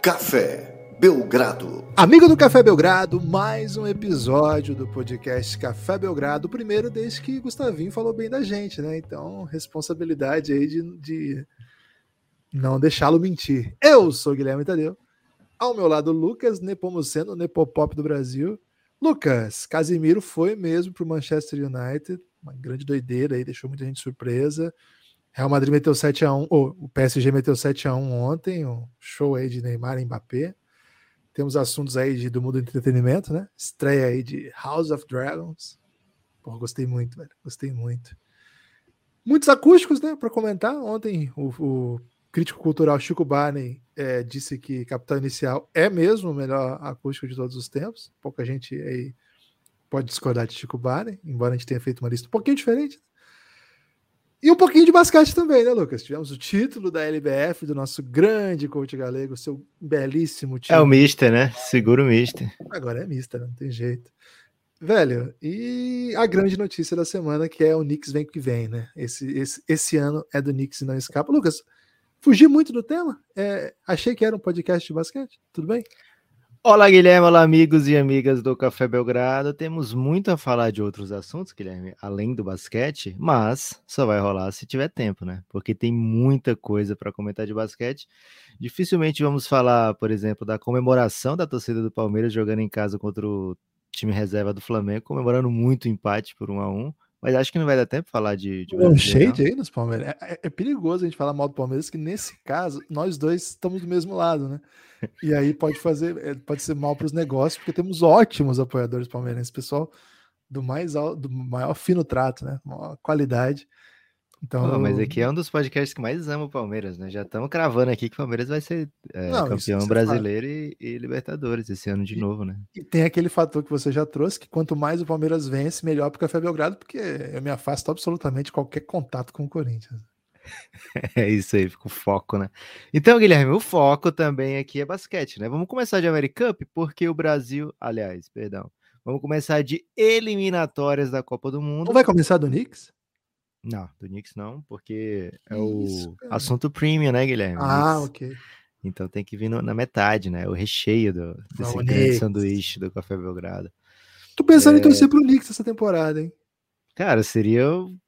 Café Belgrado. Amigo do Café Belgrado, mais um episódio do podcast Café Belgrado, o primeiro desde que Gustavinho falou bem da gente, né? Então, responsabilidade aí de não deixá-lo mentir. Eu sou Guilherme Tadeu, ao meu lado Lucas Nepomuceno, o Nepopop do Brasil. Lucas, Casemiro foi mesmo pro Manchester United, uma grande doideira aí, deixou muita gente surpresa. Real Madrid meteu 7-1, o PSG meteu 7-1 ontem, um show aí de Neymar e Mbappé. Temos assuntos aí do mundo do entretenimento, né? Estreia aí de House of Dragons. Porra, gostei muito, velho. Gostei muito. Muitos acústicos, né? Para comentar. Ontem o crítico cultural Chico Barney disse que Capital Inicial é mesmo o melhor acústico de todos os tempos. Pouca gente aí pode discordar de Chico Barney, embora a gente tenha feito uma lista um pouquinho diferente. E um pouquinho de basquete também, né, Lucas? Tivemos o título da LBF do nosso grande coach galego, seu belíssimo time. É o Mister, né? Segura o Mister. Agora é Mister, não tem jeito. Velho, e a grande notícia da semana que é o Knicks vem que vem, né? Esse ano é do Knicks e não escapa. Lucas, fugi muito do tema? Achei que era um podcast de basquete, tudo bem? Olá, Guilherme, olá, amigos e amigas do Café Belgrado. Temos muito a falar de outros assuntos, Guilherme, além do basquete, mas só vai rolar se tiver tempo, né? Porque tem muita coisa para comentar de basquete. Dificilmente vamos falar, por exemplo, da comemoração da torcida do Palmeiras jogando em casa contra o time reserva do Flamengo, comemorando muito o empate por 1-1. Mas acho que não vai dar tempo de falar de um shade aí nos Palmeiras. É perigoso a gente falar mal do Palmeiras, que nesse caso, nós dois estamos do mesmo lado, né? E aí pode ser mal para os negócios, porque temos ótimos apoiadores palmeirenses, pessoal do maior fino trato, né? Maior qualidade. Então, mas aqui é um dos podcasts que mais ama o Palmeiras, né? Já estamos cravando aqui que o Palmeiras vai ser campeão brasileiro e Libertadores esse ano de novo, né? E tem aquele fator que você já trouxe, que quanto mais o Palmeiras vence, melhor para o Café Belgrado, porque eu me afasto absolutamente de qualquer contato com o Corinthians. É isso aí, fica o foco, né? Então, Guilherme, o foco também aqui é basquete, né? Vamos começar de American Cup, porque o Brasil, vamos começar de eliminatórias da Copa do Mundo. Não vai começar do Knicks? Não, do Knicks não, porque o assunto premium, né, Guilherme? Ah, ok. Então tem que vir na metade, né? O recheio desse grande sanduíche do Café Belgrado. Tô pensando em torcer pro Knicks essa temporada, hein? Cara, seria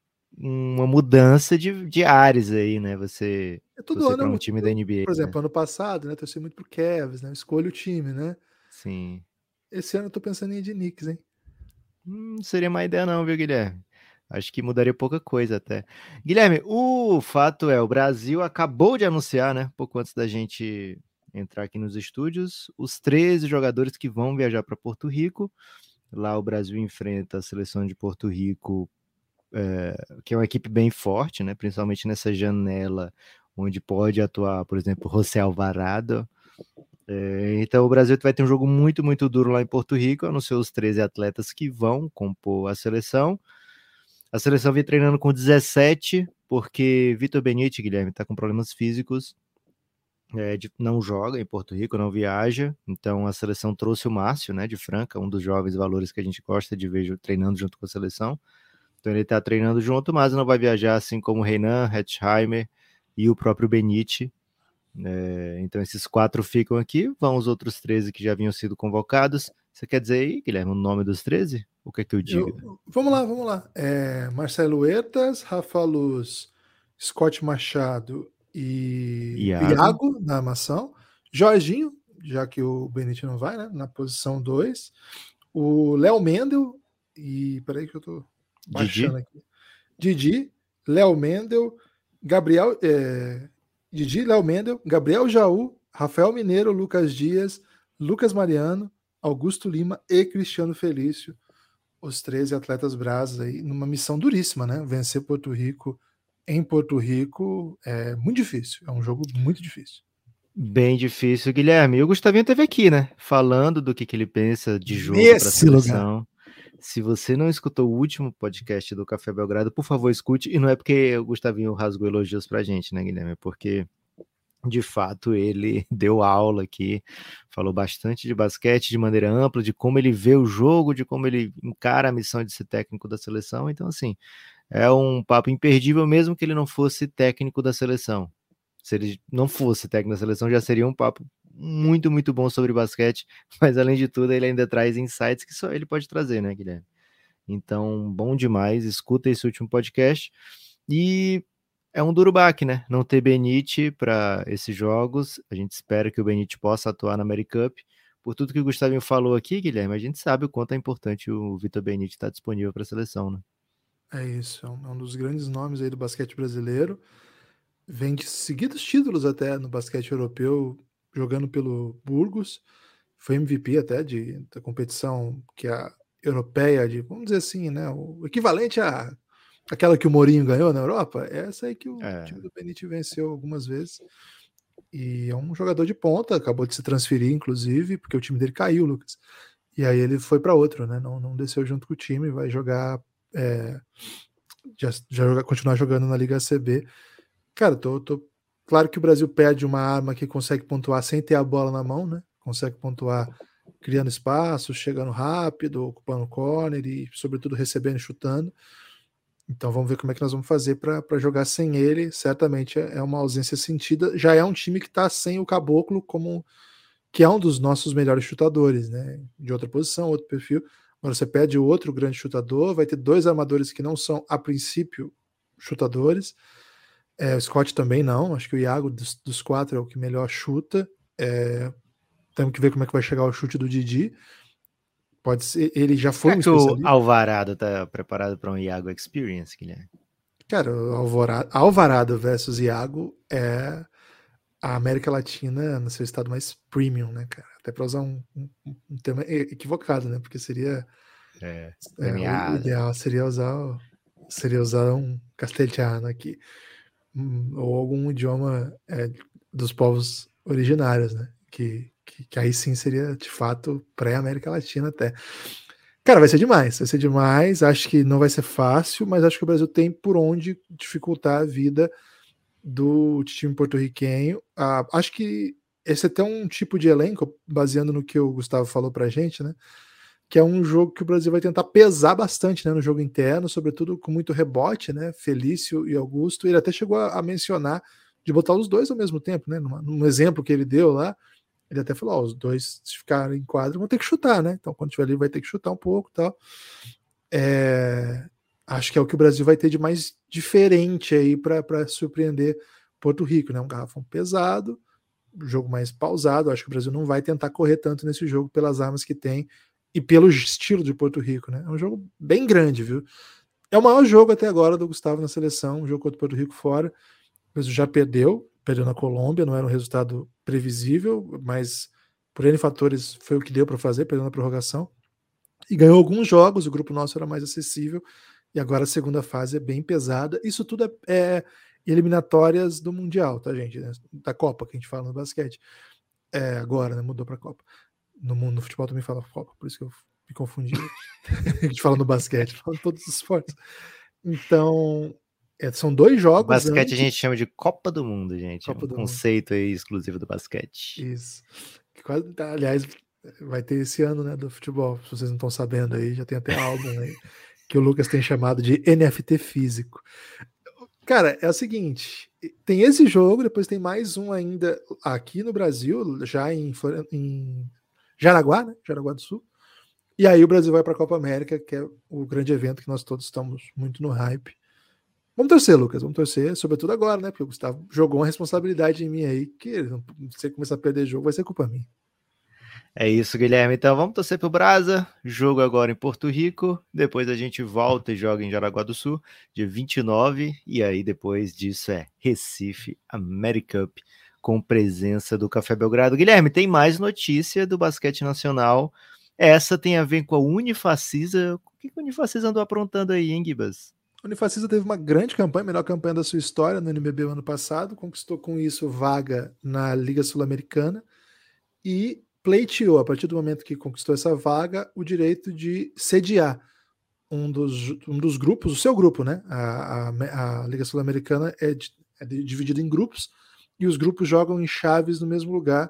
uma mudança de ares aí, né? Você torcer para um time da NBA. Por exemplo, ano passado, né? Torci muito pro Cavs, né? Escolho o time, né? Sim. Esse ano eu tô pensando em ir de Knicks, hein? Não seria má ideia não, viu, Guilherme? Acho que mudaria pouca coisa até. Guilherme, o fato é, o Brasil acabou de anunciar, né? Pouco antes da gente entrar aqui nos estúdios, os 13 jogadores que vão viajar para Porto Rico. Lá o Brasil enfrenta a seleção de Porto Rico, que é uma equipe bem forte, né? Principalmente nessa janela onde pode atuar, por exemplo, José Alvarado. Então o Brasil vai ter um jogo muito, muito duro lá em Porto Rico, anunciou os 13 atletas que vão compor a seleção. A seleção vem treinando com 17, porque Vitor Benite, Guilherme, está com problemas físicos, não joga em Porto Rico, não viaja, então a seleção trouxe o Márcio, né, de Franca, um dos jovens valores que a gente gosta de ver treinando junto com a seleção. Então ele está treinando junto, mas não vai viajar, assim como o Renan, Hetzheimer e o próprio Benite. Então esses 4 ficam aqui, vão os outros 13 que já haviam sido convocados. Você quer dizer aí, Guilherme, o nome dos 13? O que é que eu digo? Vamos lá. Marcelo Huertas, Rafa Luz, Scott Machado e Iago na armação. Jorginho, já que o Benite não vai, né? Na posição 2. O Léo Mendel e... Peraí que eu tô baixando aqui. Didi, Léo Mendel, Gabriel... Didi, Léo Mendel, Gabriel Jaú, Rafael Mineiro, Lucas Dias, Lucas Mariano, Augusto Lima e Cristiano Felício, os 13 atletas brasileiros aí, numa missão duríssima, né? Vencer Porto Rico em Porto Rico é muito difícil, é um jogo muito difícil. Bem difícil, Guilherme. E o Gustavinho esteve aqui, né? Falando do que ele pensa de jogo para a seleção. Lugar. Se você não escutou o último podcast do Café Belgrado, por favor, escute. E não é porque o Gustavinho rasgou elogios pra gente, né, Guilherme? É porque, de fato, ele deu aula aqui, falou bastante de basquete de maneira ampla, de como ele vê o jogo, de como ele encara a missão de ser técnico da seleção. Então, assim, é um papo imperdível, mesmo que ele não fosse técnico da seleção. Se ele não fosse técnico da seleção, já seria um papo muito, muito bom sobre basquete, mas além de tudo ele ainda traz insights que só ele pode trazer, né, Guilherme? Então, bom demais, escuta esse último podcast. E é um duro baque, né? Não ter Benite para esses jogos. A gente espera que o Benite possa atuar na AmeriCup. Por tudo que o Gustavinho falou aqui, Guilherme, a gente sabe o quanto é importante o Vitor Benite estar disponível para a seleção, né? É isso, é um dos grandes nomes aí do basquete brasileiro. Vem de seguidos títulos até no basquete europeu, jogando pelo Burgos. Foi MVP até da competição que a europeia, vamos dizer assim, né? O equivalente a aquela que o Mourinho ganhou na Europa, é essa aí que o time do Benite venceu algumas vezes. E é um jogador de ponta, acabou de se transferir, inclusive, porque o time dele caiu, Lucas. E aí ele foi para outro, né? Não desceu junto com o time, vai jogar. Continuar jogando na Liga ACB. Cara, claro que o Brasil pede uma arma que consegue pontuar sem ter a bola na mão, né? Consegue pontuar criando espaço, chegando rápido, ocupando corner e, sobretudo, recebendo e chutando. Então vamos ver como é que nós vamos fazer para jogar sem ele. Certamente é uma ausência sentida. Já é um time que está sem o Caboclo, que é um dos nossos melhores chutadores, né? De outra posição, outro perfil. Agora você pede outro grande chutador, vai ter 2 armadores que não são, a princípio, chutadores. O Scott também não. Acho que o Iago dos 4 é o que melhor chuta. Temos que ver como é que vai chegar o chute do Didi. Pode ser, ele já foi um especialista. O Alvarado tá preparado para um Iago Experience, Guilherme? Cara, o Alvarado versus Iago é a América Latina no seu estado mais premium, né, cara? Até para usar um termo equivocado, né? Porque seria o ideal seria usar um castelhano aqui, ou algum idioma dos povos originários, né? Que aí sim seria de fato pré-América Latina até. Cara, vai ser demais. Acho que não vai ser fácil, mas acho que o Brasil tem por onde dificultar a vida do time porto-riquenho. Acho que esse é até um tipo de elenco, baseando no que o Gustavo falou pra gente, né? Que é um jogo que o Brasil vai tentar pesar bastante, né, no jogo interno, sobretudo com muito rebote, né? Felício e Augusto. Ele até chegou a mencionar de botar os dois ao mesmo tempo, né? Num exemplo que ele deu lá, ele até falou: os dois, se ficarem em quadro, vão ter que chutar, né? Então, quando tiver ali, vai ter que chutar um pouco e tal. Acho que é o que o Brasil vai ter de mais diferente aí para surpreender Porto Rico, né? Um garrafão pesado, um jogo mais pausado. Acho que o Brasil não vai tentar correr tanto nesse jogo pelas armas que tem e pelo estilo de Porto Rico, né? É um jogo bem grande, viu? É o maior jogo até agora do Gustavo na seleção, um jogo contra o Porto Rico fora. O Brasil já perdeu na Colômbia, não era um resultado previsível, mas por N fatores foi o que deu para fazer, perdeu na prorrogação. E ganhou alguns jogos, o grupo nosso era mais acessível, e agora a segunda fase é bem pesada. Isso tudo é eliminatórias do Mundial, tá, gente? Da Copa, que a gente fala no basquete. Agora, né? Mudou para a Copa. No futebol também fala Copa, por isso que eu me confundi. A gente fala no basquete, fala em todos os esportes. Então, são 2 jogos. Basquete a gente chama de Copa do Mundo, gente. Copa do conceito aí exclusivo do basquete. Isso. Aliás, vai ter esse ano, né, do futebol. Se vocês não estão sabendo aí, já tem até álbum aí que o Lucas tem chamado de NFT físico. Cara, é o seguinte, tem esse jogo, depois tem mais um ainda aqui no Brasil, já em Jaraguá, né? Jaraguá do Sul. E aí o Brasil vai para a Copa América, que é o grande evento que nós todos estamos muito no hype. Vamos torcer, Lucas, vamos torcer, sobretudo agora, né? Porque o Gustavo jogou uma responsabilidade em mim aí, que se ele começar a perder jogo, vai ser culpa minha. É isso, Guilherme. Então vamos torcer pro Brasa. Jogo agora em Porto Rico. Depois a gente volta e joga em Jaraguá do Sul, dia 29. E aí depois disso é Recife AmeriCup, com presença do Café Belgrado. Guilherme, tem mais notícia do basquete nacional. Essa tem a ver com a Unifacisa. O que a Unifacisa andou aprontando aí, hein, Gibas? A Unifacisa teve uma grande campanha, melhor campanha da sua história no NBB ano passado, conquistou com isso vaga na Liga Sul-Americana e pleiteou, a partir do momento que conquistou essa vaga, o direito de sediar um dos grupos, o seu grupo, né? A Liga Sul-Americana é dividida em grupos e os grupos jogam em chaves no mesmo lugar,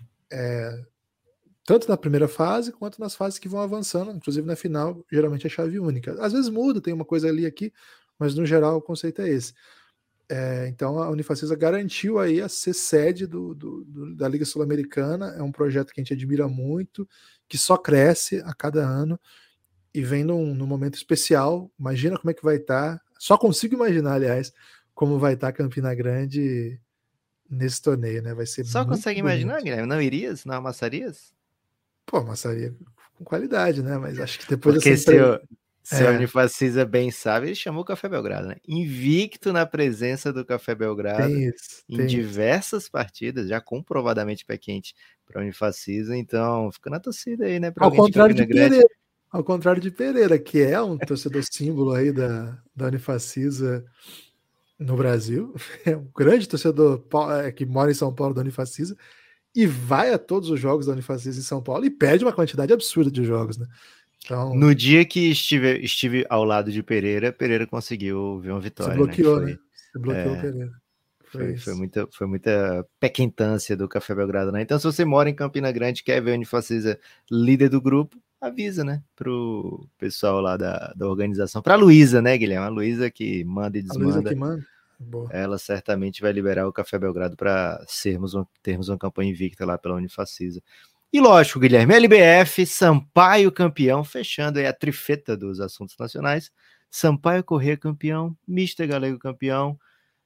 tanto na primeira fase quanto nas fases que vão avançando, inclusive na final, geralmente é chave única. Às vezes muda, tem uma coisa ali aqui, mas no geral o conceito é esse. Então a Unifacisa garantiu aí a ser sede da Liga Sul-Americana. É um projeto que a gente admira muito, que só cresce a cada ano e vem num momento especial. Imagina como é que vai estar. Só consigo imaginar, aliás, como vai estar Campina Grande nesse torneio, né? Vai ser Só muito consegue bonito. imaginar, Guilherme? Não irias? Não amassarias? Pô, massaria com qualidade, né? Mas acho que depois Porque dessa se a Unifacisa bem sabe, ele chamou o Café Belgrado, né? Invicto na presença do Café Belgrado tem isso, em diversas partidas, já comprovadamente pé quente para a Unifacisa, então fica na torcida aí, né? Para alguém de Campina Grande. Pereira, ao contrário de Pereira, que é um torcedor símbolo aí da Unifacisa no Brasil, é um grande torcedor que mora em São Paulo da Unifacisa e vai a todos os jogos da Unifacisa em São Paulo e perde uma quantidade absurda de jogos, né? Então, no dia que estive ao lado de Pereira conseguiu ver uma vitória. Você bloqueou, né? Você bloqueou o Pereira. Foi muita pequentância do Café Belgrado, né? Então, se você mora em Campina Grande, quer ver a Unifacisa líder do grupo, avisa, né? Pro pessoal lá da organização. Pra Luísa, né, Guilherme? A Luísa que manda e desmanda. A Luísa que manda? Boa. Ela certamente vai liberar o Café Belgrado para termos uma campanha invicta lá pela Unifacisa. E lógico, Guilherme, LBF, Sampaio campeão, fechando aí a trifeta dos assuntos nacionais. Sampaio Corrêa campeão, Mister Galego campeão,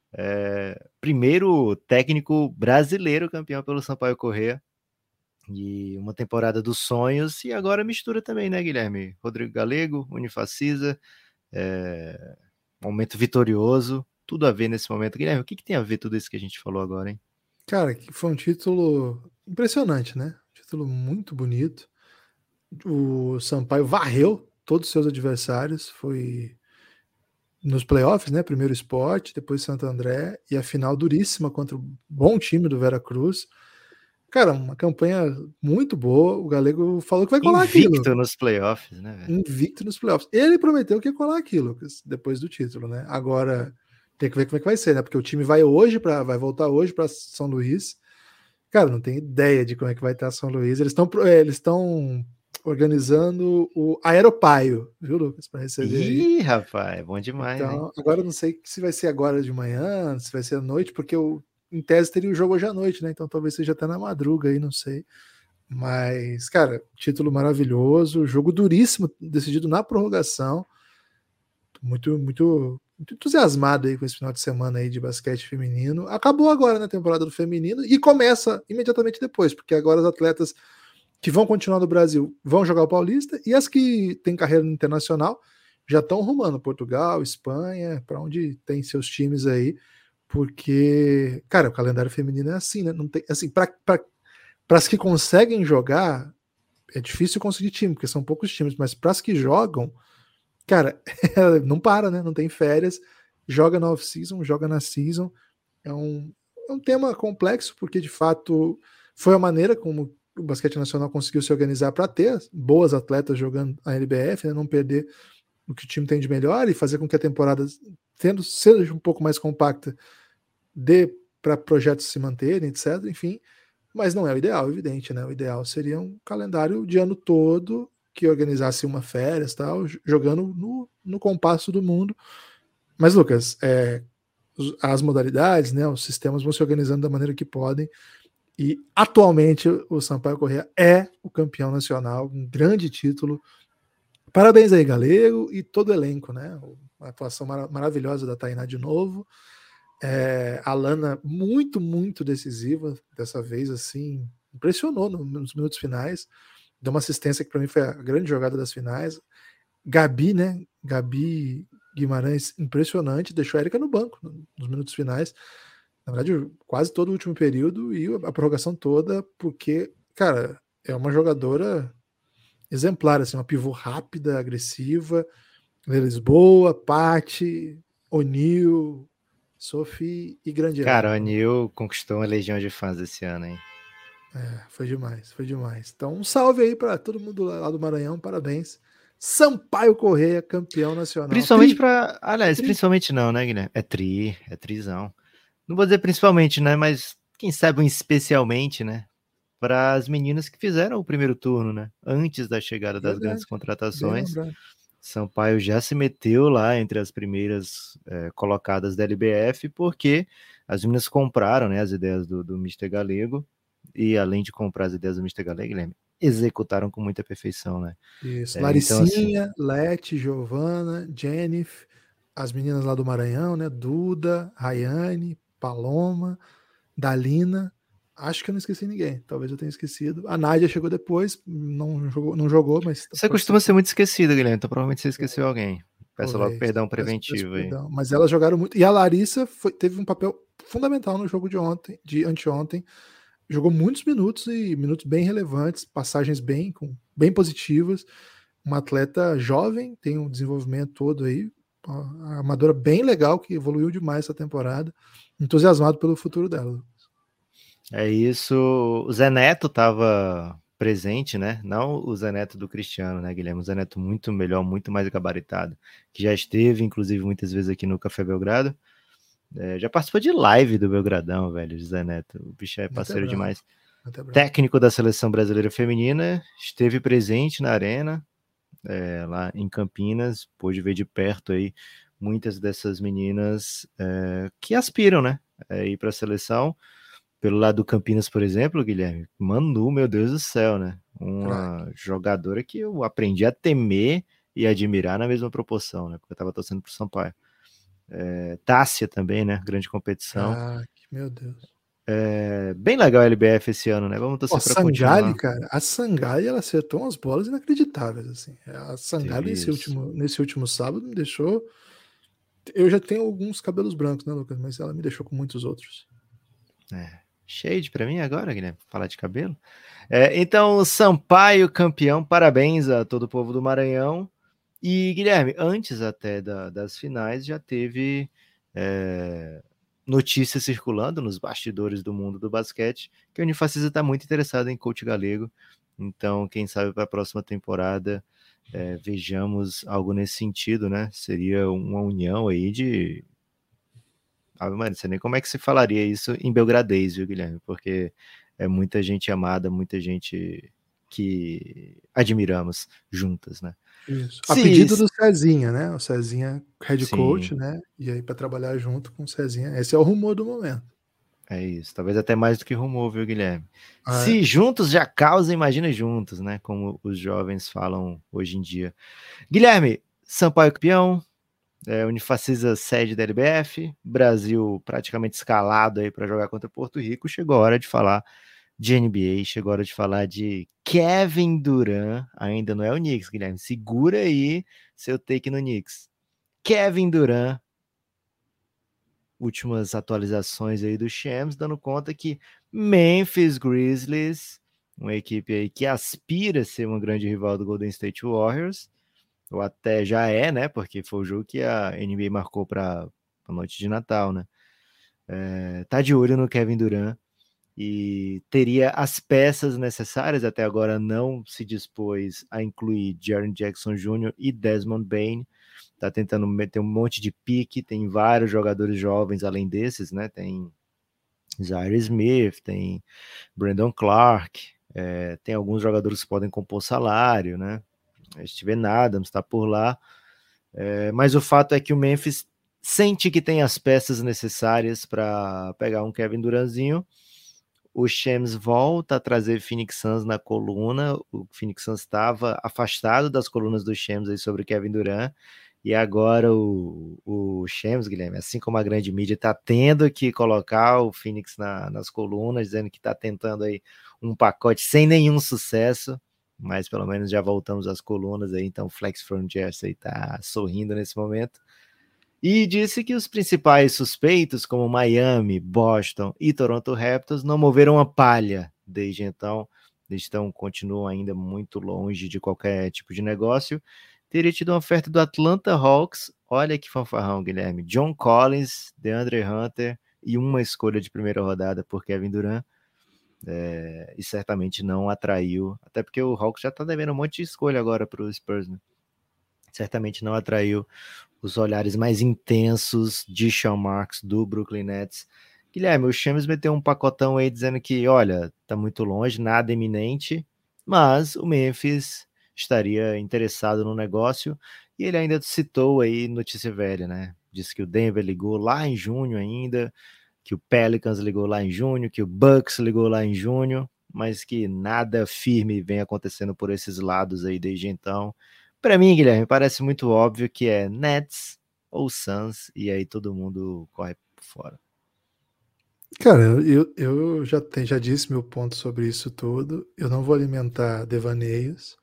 primeiro técnico brasileiro campeão pelo Sampaio Corrêa. E uma temporada dos sonhos, e agora mistura também, né, Guilherme? Rodrigo Galego, Unifacisa, momento vitorioso, tudo a ver nesse momento. Guilherme, o que tem a ver tudo isso que a gente falou agora, hein? Cara, que foi um título impressionante, né? Título muito bonito. O Sampaio varreu todos os seus adversários, foi nos playoffs, né? Primeiro Sport, depois Santo André, e a final duríssima contra o bom time do Veracruz. Cara, uma campanha muito boa. O Galego falou que vai colar aquilo. Invicto nos playoffs, né, velho? Invicto nos playoffs. Ele prometeu que ia colar aquilo, Lucas, depois do título, né? Agora tem que ver como é que vai ser, né? Porque o time vai voltar hoje para São Luís. Cara, não tem ideia de como é que vai estar São Luís. Eles estão organizando o Aeropaio, viu, Lucas, para receber aí. Ih, rapaz, é bom demais, então, hein? Agora eu não sei se vai ser agora de manhã, se vai ser à noite, porque em tese teria o jogo hoje à noite, né? Então talvez seja até na madruga aí, não sei. Mas, cara, título maravilhoso, jogo duríssimo, decidido na prorrogação. Muito, muito, muito entusiasmado aí com esse final de semana aí de basquete feminino. Acabou agora na temporada do feminino e começa imediatamente depois, porque agora os atletas que vão continuar no Brasil vão jogar o Paulista e as que têm carreira internacional já estão rumando Portugal, Espanha, para onde tem seus times aí, porque, cara, o calendário feminino é assim, né? Não tem, assim, para as que conseguem jogar, é difícil conseguir time, porque são poucos times, mas para as que jogam, cara, não para, né? Não tem férias, joga na off-season, joga na season. É um tema complexo, porque de fato foi a maneira como o basquete nacional conseguiu se organizar para ter boas atletas jogando a LBF, né? Não perder o que o time tem de melhor e fazer com que a temporada, seja um pouco mais compacta, dê para projetos se manterem, etc. Enfim, mas não é o ideal, evidente, né? O ideal seria um calendário de ano todo que organizasse uma férias, tal, jogando no compasso do mundo. Mas, Lucas, as modalidades, né, os sistemas vão se organizando da maneira que podem. E atualmente o Sampaio Corrêa é o campeão nacional, um grande título. Parabéns aí, Galego, e todo o elenco, né? Uma atuação maravilhosa da Tainá de novo. A Lana muito, muito decisiva dessa vez, assim, impressionou nos minutos finais. Deu uma assistência que para mim foi a grande jogada das finais. Gabi, né? Gabi Guimarães, impressionante, deixou a Erika no banco nos minutos finais. Na verdade, quase todo o último período e a prorrogação toda, porque, cara, é uma jogadora exemplar, assim, uma pivô rápida, agressiva. Lisboa, Paty, O'Neal, Sophie e grande. Cara, o O'Neal conquistou uma legião de fãs esse ano, hein? Foi demais, foi demais. Então, um salve aí para todo mundo lá do Maranhão, parabéns. Sampaio Corrêa, campeão nacional. Principalmente para. Aliás, principalmente não, né, Guilherme? É trizão. Não vou dizer principalmente, né? Mas quem sabe especialmente, né? Para as meninas que fizeram o primeiro turno, né? Antes da chegada das grandes contratações. Sampaio já se meteu lá entre as primeiras colocadas da LBF, porque as meninas compraram, né, as ideias do Mister Galego, e além de comprar as ideias do Mister Galego, Guilherme, executaram com muita perfeição, né? Isso. Então, assim, Laricinha, Lete, Giovana, Jennifer, as meninas lá do Maranhão, né? Duda, Rayane, Paloma, Dalina. Acho que eu não esqueci ninguém. Talvez eu tenha esquecido. A Nádia chegou depois, não jogou, mas você costuma ser muito esquecido, Guilherme, então provavelmente você esqueceu alguém. Peço logo talvez. perdão Peço preventivo aí. perdão. Mas elas jogaram muito. E a Larissa teve um papel fundamental no jogo de anteontem. Jogou muitos minutos e minutos bem relevantes, passagens bem positivas. Uma atleta jovem, tem um desenvolvimento todo aí, uma armadora bem legal que evoluiu demais essa temporada. Entusiasmado pelo futuro dela. É isso. O Zé Neto estava presente, né? Não o Zé Neto do Cristiano, né, Guilherme? O Zé Neto muito melhor, muito mais gabaritado, que já esteve, inclusive, muitas vezes aqui no Café Belgrado. Já participou de live do Belgradão, velho, Zé Neto. O bicho é parceiro demais. Técnico da Seleção Brasileira Feminina, esteve presente na arena, lá em Campinas, pôde ver de perto aí muitas dessas meninas que aspiram, né, ir para a seleção. Pelo lado do Campinas, por exemplo, Guilherme, Manu, meu Deus do céu, né? Uma jogadora que eu aprendi a temer e admirar na mesma proporção, né? Porque eu tava torcendo pro Sampaio. Tássia também, né? Grande competição. Ah, meu Deus. Bem legal a LBF esse ano, né? Vamos torcer para continuar. Cara, a Sangali, ela acertou umas bolas inacreditáveis, assim. A Sangali nesse último sábado me deixou... Eu já tenho alguns cabelos brancos, né, Lucas? Mas ela me deixou com muitos outros. Shade pra mim agora, Guilherme, falar de cabelo. Então, Sampaio campeão, parabéns a todo o povo do Maranhão. E, Guilherme, antes até das finais, já teve notícias circulando nos bastidores do mundo do basquete que a Unifacisa está muito interessada em coach galego. Então, quem sabe para a próxima temporada vejamos algo nesse sentido, né? Seria uma união aí de... Mano, não sei nem como é que se falaria isso em belgradês, viu, Guilherme? Porque é muita gente amada, muita gente que admiramos juntas, né? Isso. A pedido do Cezinha, né? O Cezinha, head coach, né? E aí para trabalhar junto com o Cezinha. Esse é o rumor do momento. É isso. Talvez até mais do que rumor, viu, Guilherme? Se juntos já causa, imagina juntos, né? Como os jovens falam hoje em dia. Guilherme, Sampaio campeão, Unifacisa sede da LBF, Brasil praticamente escalado aí para jogar contra Porto Rico. Chegou a hora de falar de NBA, chegou a hora de falar de Kevin Durant. Ainda não é o Knicks, Guilherme. Segura aí seu take no Knicks. Kevin Durant, últimas atualizações aí do Shams, dando conta que Memphis Grizzlies, uma equipe aí que aspira a ser uma grande rival do Golden State Warriors, ou até já né? Porque foi o jogo que a NBA marcou para a noite de Natal, né? Tá de olho no Kevin Durant e teria as peças necessárias. Até agora não se dispôs a incluir Jaren Jackson Jr. e Desmond Bane. Tá tentando meter um monte de pique, tem vários jogadores jovens além desses, né? Tem Zaire Smith, tem Brandon Clark, tem alguns jogadores que podem compor salário, né? Steven Adams está por lá, mas o fato é que o Memphis sente que tem as peças necessárias para pegar um Kevin Durantzinho. O Shams volta a trazer Phoenix Suns na coluna. O Phoenix Suns estava afastado das colunas do Shams aí sobre Kevin Durant. E agora o Shams, Guilherme, assim como a grande mídia, está tendo que colocar o Phoenix nas colunas, dizendo que está tentando aí um pacote sem nenhum sucesso, mas pelo menos já voltamos às colunas aí, então o Flex From Jersey está sorrindo nesse momento. E disse que os principais suspeitos, como Miami, Boston e Toronto Raptors, não moveram a palha desde então. Continuam ainda muito longe de qualquer tipo de negócio. Teria tido uma oferta do Atlanta Hawks. Olha que fanfarrão, Guilherme. John Collins, DeAndre Hunter e uma escolha de primeira rodada por Kevin Durant. E certamente não atraiu. Até porque o Hawks já está devendo um monte de escolha agora para o Spurs, né? Certamente não atraiu os olhares mais intensos de Sean Marks do Brooklyn Nets. Guilherme, o Shams meteu um pacotão aí dizendo que, olha, tá muito longe, nada iminente, mas o Memphis estaria interessado no negócio. E ele ainda citou aí notícia velha, né? Disse que o Denver ligou lá em junho ainda, que o Pelicans ligou lá em junho, que o Bucks ligou lá em junho, mas que nada firme vem acontecendo por esses lados aí desde então. Para mim, Guilherme, parece muito óbvio que é Nets ou Suns, e aí todo mundo corre por fora. Cara, eu já disse meu ponto sobre isso tudo. Eu não vou alimentar devaneios.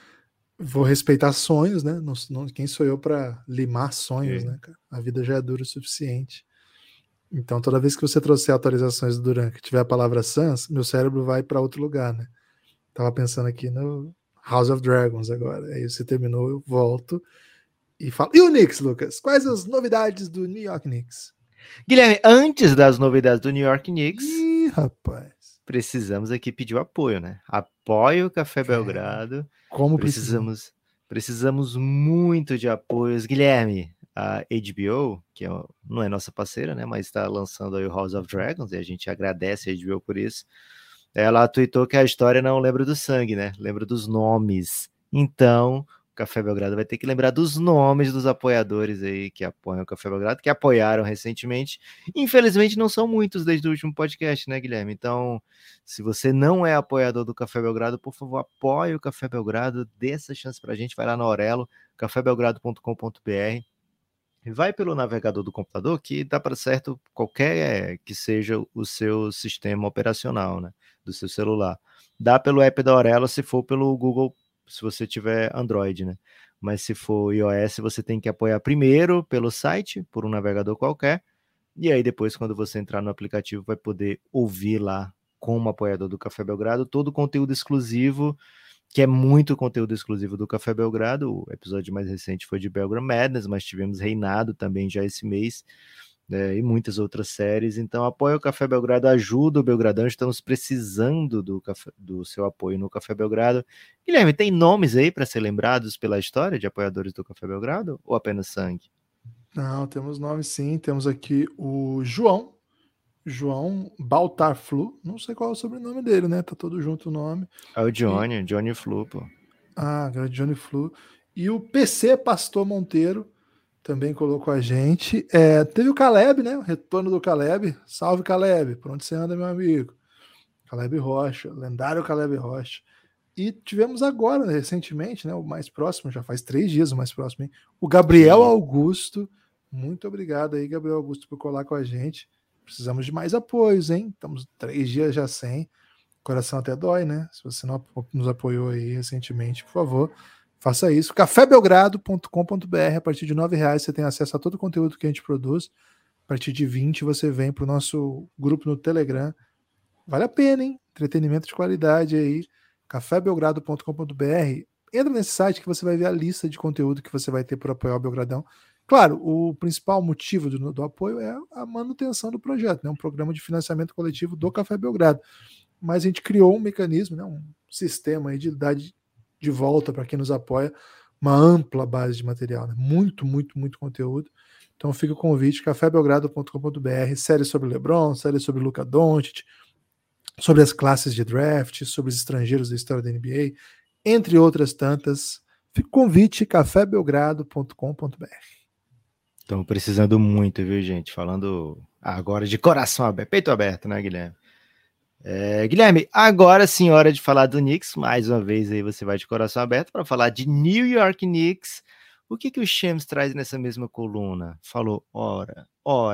Vou respeitar sonhos, né? Quem sou eu para limar sonhos, né, cara? A vida já é dura o suficiente. Então, toda vez que você trouxer atualizações do Duran que tiver a palavra Sans, meu cérebro vai para outro lugar, né? Tava pensando aqui no House of Dragons agora. Aí você terminou, eu volto e falo. E o Knicks, Lucas? Quais as novidades do New York Knicks? Guilherme, antes das novidades do New York Knicks, Ih, rapaz. precisamos aqui pedir o apoio, né? Apoie o Café Belgrado. Como precisamos muito de apoios. Guilherme, a HBO, que não é nossa parceira, né? Mas está lançando aí o House of Dragons, e a gente agradece a HBO por isso. Ela tweetou que a história não lembra do sangue, né? Lembra dos nomes. Então, o Café Belgrado vai ter que lembrar dos nomes dos apoiadores aí que apoiam o Café Belgrado, que apoiaram recentemente. Infelizmente, não são muitos desde o último podcast, né, Guilherme? Então, se você não é apoiador do Café Belgrado, por favor, apoie o Café Belgrado, dê essa chance pra gente, vai lá no Aurelo, cafébelgrado.com.br. Vai pelo navegador do computador, que dá para certo qualquer que seja o seu sistema operacional, né, do seu celular. Dá pelo app da Aurelo se for pelo Google, se você tiver Android, né? Mas se for iOS, você tem que apoiar primeiro pelo site, por um navegador qualquer, e aí depois, quando você entrar no aplicativo, vai poder ouvir lá, como apoiador do Café Belgrado, todo o conteúdo exclusivo, que é muito conteúdo exclusivo do Café Belgrado. O episódio mais recente foi de Belgrade Madness, mas tivemos Reinado também já esse mês, né, e muitas outras séries. Então apoia o Café Belgrado, ajuda o Belgradão, estamos precisando do seu apoio no Café Belgrado. Guilherme, tem nomes aí para ser lembrados pela história de apoiadores do Café Belgrado ou apenas sangue? Não, temos nome sim. Temos aqui o João Baltarflu. Não sei qual é o sobrenome dele, né? Tá todo junto o nome. É o Johnny Flu, pô. Ah, Johnny Flu. E o PC Pastor Monteiro também colocou a gente. Teve o Caleb, né? O retorno do Caleb. Salve, Caleb. Por onde você anda, meu amigo? Caleb Rocha, lendário Caleb Rocha. E tivemos agora, né, recentemente, né? O mais próximo, já faz 3 dias o mais próximo, hein? O Gabriel Sim. Augusto. Muito obrigado aí, Gabriel Augusto, por colar com a gente. Precisamos de mais apoios, hein? Estamos 3 dias já sem. O coração até dói, né? Se você não nos apoiou aí recentemente, por favor, faça isso. cafébelgrado.com.br. A partir de R$9 você tem acesso a todo o conteúdo que a gente produz. A partir de 20 você vem para o nosso grupo no Telegram. Vale a pena, hein? Entretenimento de qualidade aí. cafébelgrado.com.br. Entra nesse site que você vai ver a lista de conteúdo que você vai ter por apoiar o Belgradão. Claro, o principal motivo do apoio é a manutenção do projeto, né? Um programa de financiamento coletivo do Café Belgrado. Mas a gente criou um mecanismo, né? Um sistema aí de dar de volta para quem nos apoia uma ampla base de material, né? Muito, muito, muito conteúdo. Então fica o convite, cafébelgrado.com.br, série sobre LeBron, série sobre Luka Doncic, sobre as classes de draft, sobre os estrangeiros da história da NBA, entre outras tantas. Fica o convite, cafébelgrado.com.br. Estamos precisando muito, viu, gente? Falando agora de coração aberto, peito aberto, né, Guilherme? Guilherme, agora sim, hora de falar do Knicks. Mais uma vez aí você vai de coração aberto para falar de New York Knicks. O que o Shams traz nessa mesma coluna? Falou, ora.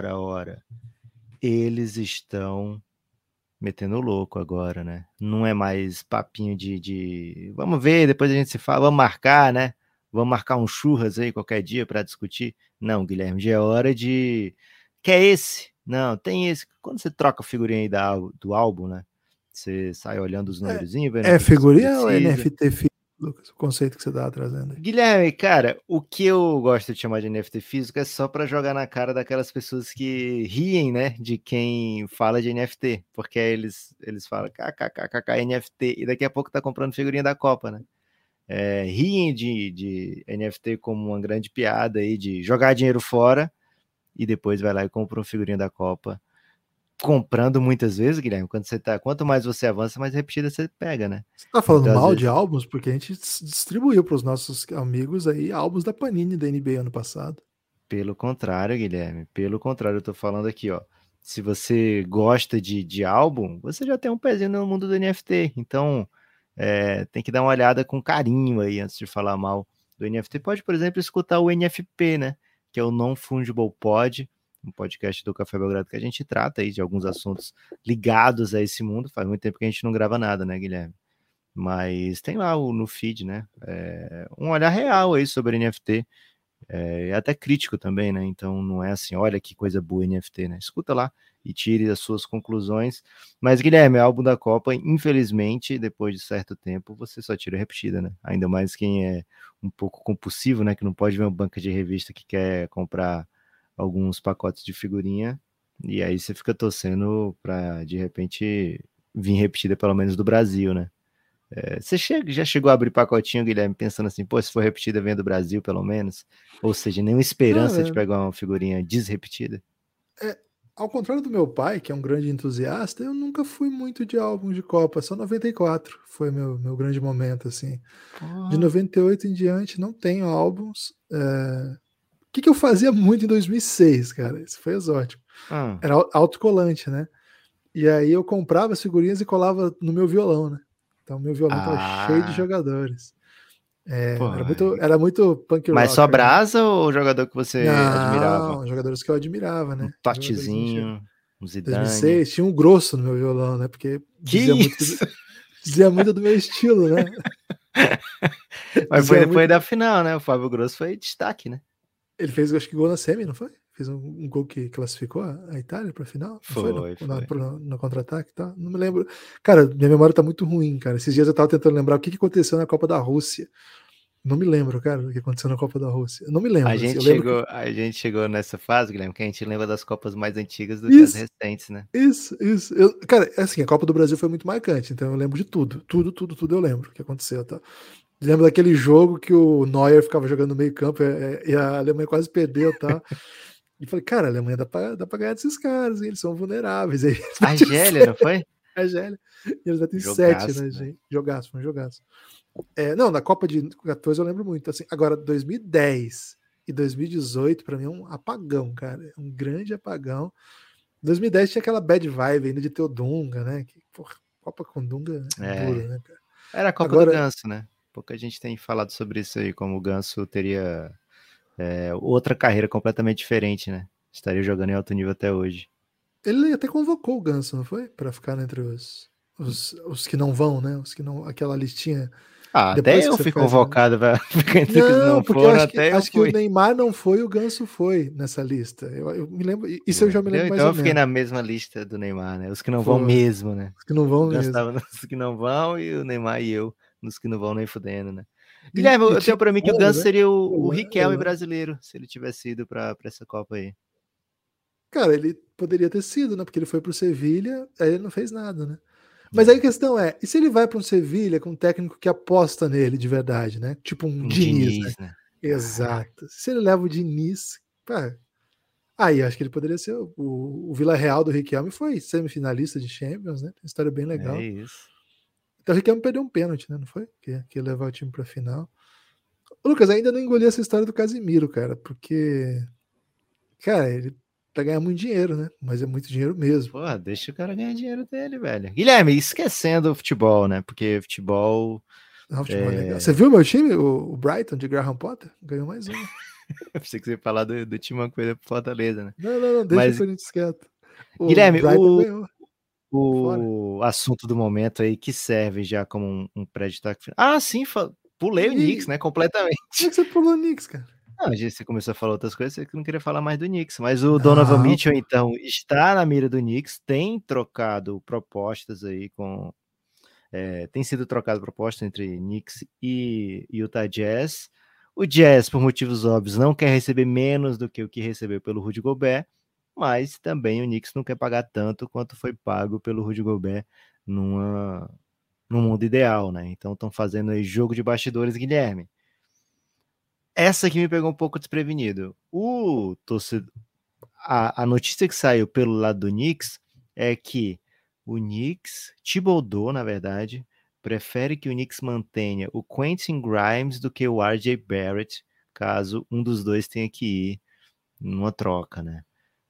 Eles estão metendo louco agora, né? Não é mais papinho de vamos ver, depois a gente se fala, vamos marcar, né? Vamos marcar um churras aí qualquer dia para discutir. Não, Guilherme, já é hora de... Quer esse? Não, tem esse. Quando você troca a figurinha aí do álbum, né? Você sai olhando os númerozinhos, vendo que figurinha ou NFT físico, Lucas? O conceito que você tá trazendo aí. Guilherme, cara, o que eu gosto de chamar de NFT físico é só para jogar na cara daquelas pessoas que riem, né, de quem fala de NFT, porque aí eles falam kkkk NFT e daqui a pouco tá comprando figurinha da Copa, né? Riem de NFT como uma grande piada aí de jogar dinheiro fora e depois vai lá e compra uma figurinha da Copa. comprando muitas vezes, Guilherme. Quanto mais você avança, mais repetida você pega, né? Você tá falando Então, às mal vezes- de álbuns? Porque a gente distribuiu para os nossos amigos aí álbuns da Panini da NBA ano passado. Pelo contrário, Guilherme. Pelo contrário, eu tô falando aqui, ó. Se você gosta de álbum, você já tem um pezinho no mundo do NFT. Então, tem que dar uma olhada com carinho aí antes de falar mal do NFT. Pode, por exemplo, escutar o NFP, né? Que é o Non-Fungible Pod, um podcast do Café Belgrado que a gente trata aí de alguns assuntos ligados a esse mundo. Faz muito tempo que a gente não grava nada, né, Guilherme? Mas tem lá no feed, né? Um olhar real aí sobre NFT. É até crítico também, né? Então não é assim, olha que coisa boa NFT, né? Escuta lá e tire as suas conclusões. Mas, Guilherme, álbum da Copa, infelizmente, depois de certo tempo, você só tira repetida, né? Ainda mais quem é um pouco compulsivo, né? Que não pode ver uma banca de revista que quer comprar alguns pacotes de figurinha. E aí você fica torcendo para, de repente, vir repetida pelo menos do Brasil, né? Você já chegou a abrir pacotinho, Guilherme, pensando assim, pô, se for repetida, vem do Brasil, pelo menos? Ou seja, nenhuma esperança de Cara, pegar uma figurinha desrepetida? ao contrário do meu pai, que é um grande entusiasta, eu nunca fui muito de álbuns de Copa, só 94 foi meu grande momento, assim. De Pô, 98 em diante, não tenho álbuns. O que eu fazia muito em 2006, cara? Isso foi exótico. ah, Era autocolante, né? E aí eu comprava as figurinhas e colava no meu violão, né? Então meu violão tava cheio de ah, jogadores. pô. Era muito punk Mas só rocker, né? Brasa ou jogador que você admirava? Não, jogadores que eu admirava, Um né? Jogadores antigos. Totizinho, um Zidane. 2006 tinha um grosso no meu violão, né? Porque Que isso? dizia muito do meu estilo, né? Mas foi Dizia depois muito. da final, né? O Fábio Grosso foi destaque, né? Ele fez, acho que gol na semi, não foi? Fez um gol que classificou a Itália para a final? Não foi? Foi, foi. No contra-ataque, tá? Não me lembro. Cara, minha memória tá muito ruim, cara. Esses dias eu tava tentando lembrar o que aconteceu na Copa da Rússia. Não me lembro, cara, o que aconteceu na Copa da Rússia. Eu não me A lembro, assim. gente Eu lembro que. chegou, a gente chegou nessa fase, Guilherme, que a gente lembra das Copas mais antigas do que as Isso, recentes, né? isso. Cara, assim, a Copa do Brasil foi muito marcante, então eu lembro de tudo. Tudo eu lembro o que aconteceu, tá? Lembro daquele jogo que o Neuer ficava jogando no meio-campo e a Alemanha quase perdeu, tá? E falei, cara, a Alemanha dá pra ganhar desses caras, hein? Eles são vulneráveis. Aí eles Argélia, não foi? a Argélia. E eles batem 7, Jogaço, né, né? gente? Jogaço, foi um jogaço. Não, na Copa de 14 eu lembro muito. Assim, agora, 2010 e 2018, pra mim, é um apagão, cara. É um grande apagão. 2010 tinha aquela bad vibe ainda de ter o Dunga, né? Que, porra, Copa com Dunga é duro, É, né, cara? era a Copa do Agora, Ganso, né? Pouca gente tem falado sobre isso aí, como o Ganso teria outra carreira completamente diferente, né? Estaria jogando em alto nível até hoje. ele até convocou o Ganso, não foi? Pra ficar entre os que não vão, né? Os que não. Aquela listinha. Ah, Depois até que eu você fui faz a. convocado para ficar entre os que Não, não porque eu foram, acho que, até eu acho que o fui. Neymar não foi, o Ganso foi nessa lista. Eu me lembro. Isso eu já me lembro mais Então ou eu fiquei menos. na mesma lista do Neymar, né? Os que não vão Foi. mesmo, né? Os que não O vão Ganso mesmo. estava nos que não vão e o Neymar e eu nos que não vão nem fudendo, né? E, Guilherme, e eu tinha tenho pra mim que o Holanda, Ganso né? seria o Riquelme Irlanda. brasileiro, se ele tivesse ido pra essa Copa aí. Cara, ele poderia ter sido, né? Porque ele foi pro Sevilha, aí ele não fez nada, né? Mas aí a É, questão é, e se ele vai para um Sevilha com um técnico que aposta nele de verdade, né? Tipo um um Diniz, né? Diniz, né? Caraca. Exato. Se ele leva o Diniz, pá, aí acho que ele poderia ser o Vila Real do Riquelme foi semifinalista de Champions, né? Tem uma história bem É legal. isso. Então o Riquelme perdeu um pênalti, né? Não foi? Que ia levar o time pra final. Ô, Lucas, ainda não engoli essa história do Casimiro, cara, porque, cara, ele tá ganhando muito dinheiro, né? Mas é muito dinheiro mesmo. Porra, deixa o cara ganhar dinheiro dele, velho. Guilherme, esquecendo o futebol, né? Porque futebol. Não, futebol é legal. Você viu meu time, o Brighton de Graham Potter? Ganhou mais uma. Eu pensei que você ia falar do Timão Coelho pro Fortaleza, né? Não, deixa o Mas, Corinthians quieto. O Guilherme, Brighton ganhou. Fora. o assunto do momento aí que serve já como um pré-destaque final. Ah, sim, pulei o Knicks, E né? como é Completamente. que você pulou o Knicks, cara? Não, já você começou a falar outras coisas, você não queria falar mais do Knicks. Mas o Donovan Não, Mitchell, pô. então, está na mira do Knicks, tem trocado propostas aí com. Tem sido trocado propostas entre Knicks e Utah Jazz. O Jazz, por motivos óbvios, não quer receber menos do que o que recebeu pelo Rudy Gobert, mas também o Knicks não quer pagar tanto quanto foi pago pelo Rudy Gobert num mundo ideal, né? Então estão fazendo aí jogo de bastidores, Guilherme. Essa aqui me pegou um pouco desprevenido. A notícia que saiu pelo lado do Knicks é que o Knicks, Thibodeau, na verdade, prefere que o Knicks mantenha o Quentin Grimes do que o RJ Barrett, caso um dos dois tenha que ir numa troca, né?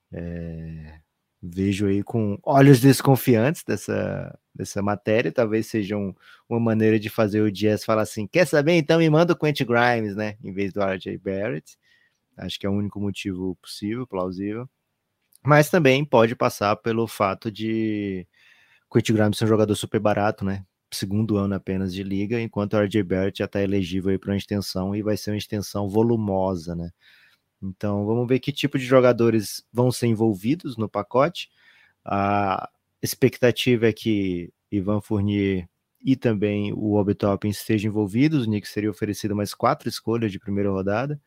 Vejo aí com olhos desconfiantes dessa matéria, talvez seja uma maneira de fazer o Jazz falar assim, quer saber? Então me manda o Quentin Grimes, né? Em vez do RJ Barrett. Acho que é o único motivo possível, plausível. Mas também pode passar pelo fato de Quentin Grimes ser um jogador super barato, né? Segundo ano apenas de liga, enquanto o RJ Barrett já está elegível aí para uma extensão e vai ser uma extensão volumosa, né? Então vamos ver que tipo de jogadores vão ser envolvidos no pacote. A expectativa é que Ivan Fournier e também o Obi Toppin estejam envolvidos. O Knicks seria oferecido mais 4 escolhas de primeira rodada.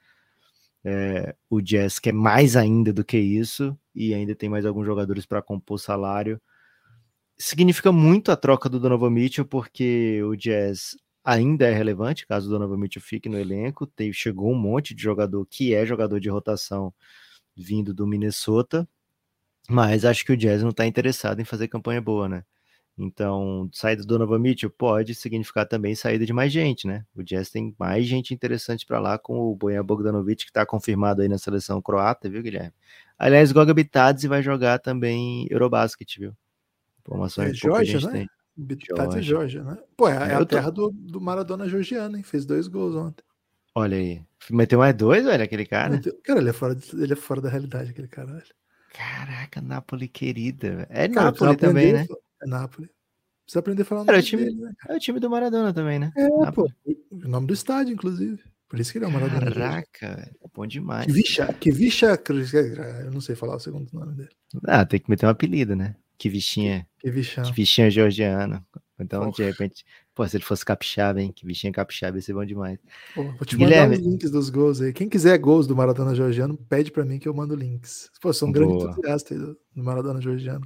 O Jazz quer mais ainda do que isso e ainda tem mais alguns jogadores para compor salário. Significa muito a troca do Donovan Mitchell, porque o Jazz ainda é relevante, caso o Donovan Mitchell fique no elenco. Chegou um monte de jogador que é jogador de rotação vindo do Minnesota, mas acho que o Jazz não está interessado em fazer campanha boa, né? Então, saída do Donovan Mitchell pode significar também saída de mais gente, né? O Jazz tem mais gente interessante para lá, com o Bojan Bogdanovic, que está confirmado aí na seleção croata, viu, Guilherme? Aliás, Goga Bitadze vai jogar também Eurobasket, viu? Informação É Georgia, né? Bitadze Georgia, né? Pô, é a terra do Maradona georgiano, hein? Fez 2 gols ontem. Olha aí. Meteu mais 2, velho, aquele cara? Cara, ele é fora da realidade, aquele cara, velho. Caraca, Nápoles querida. É cara, Nápoles também, né? É Nápoles. Precisa aprender a falar o Cara, nome dele, né? É o time do Maradona também, né? Pô. O nome do estádio, inclusive. Por isso que ele é o Maradona. Caraca, velho. Bom demais. Kivisha, eu não sei falar o segundo nome dele. Tem que meter um apelido, né? Kivishinha georgiana. Então, de repente, se ele fosse capixaba, hein? Kivishinha capixaba ia ser bom demais. Pô, vou te mandar os links dos gols aí. Quem quiser gols do Maradona georgiano, pede pra mim que eu mando links. Pô, sou um grande entusiasta aí do Maradona georgiano.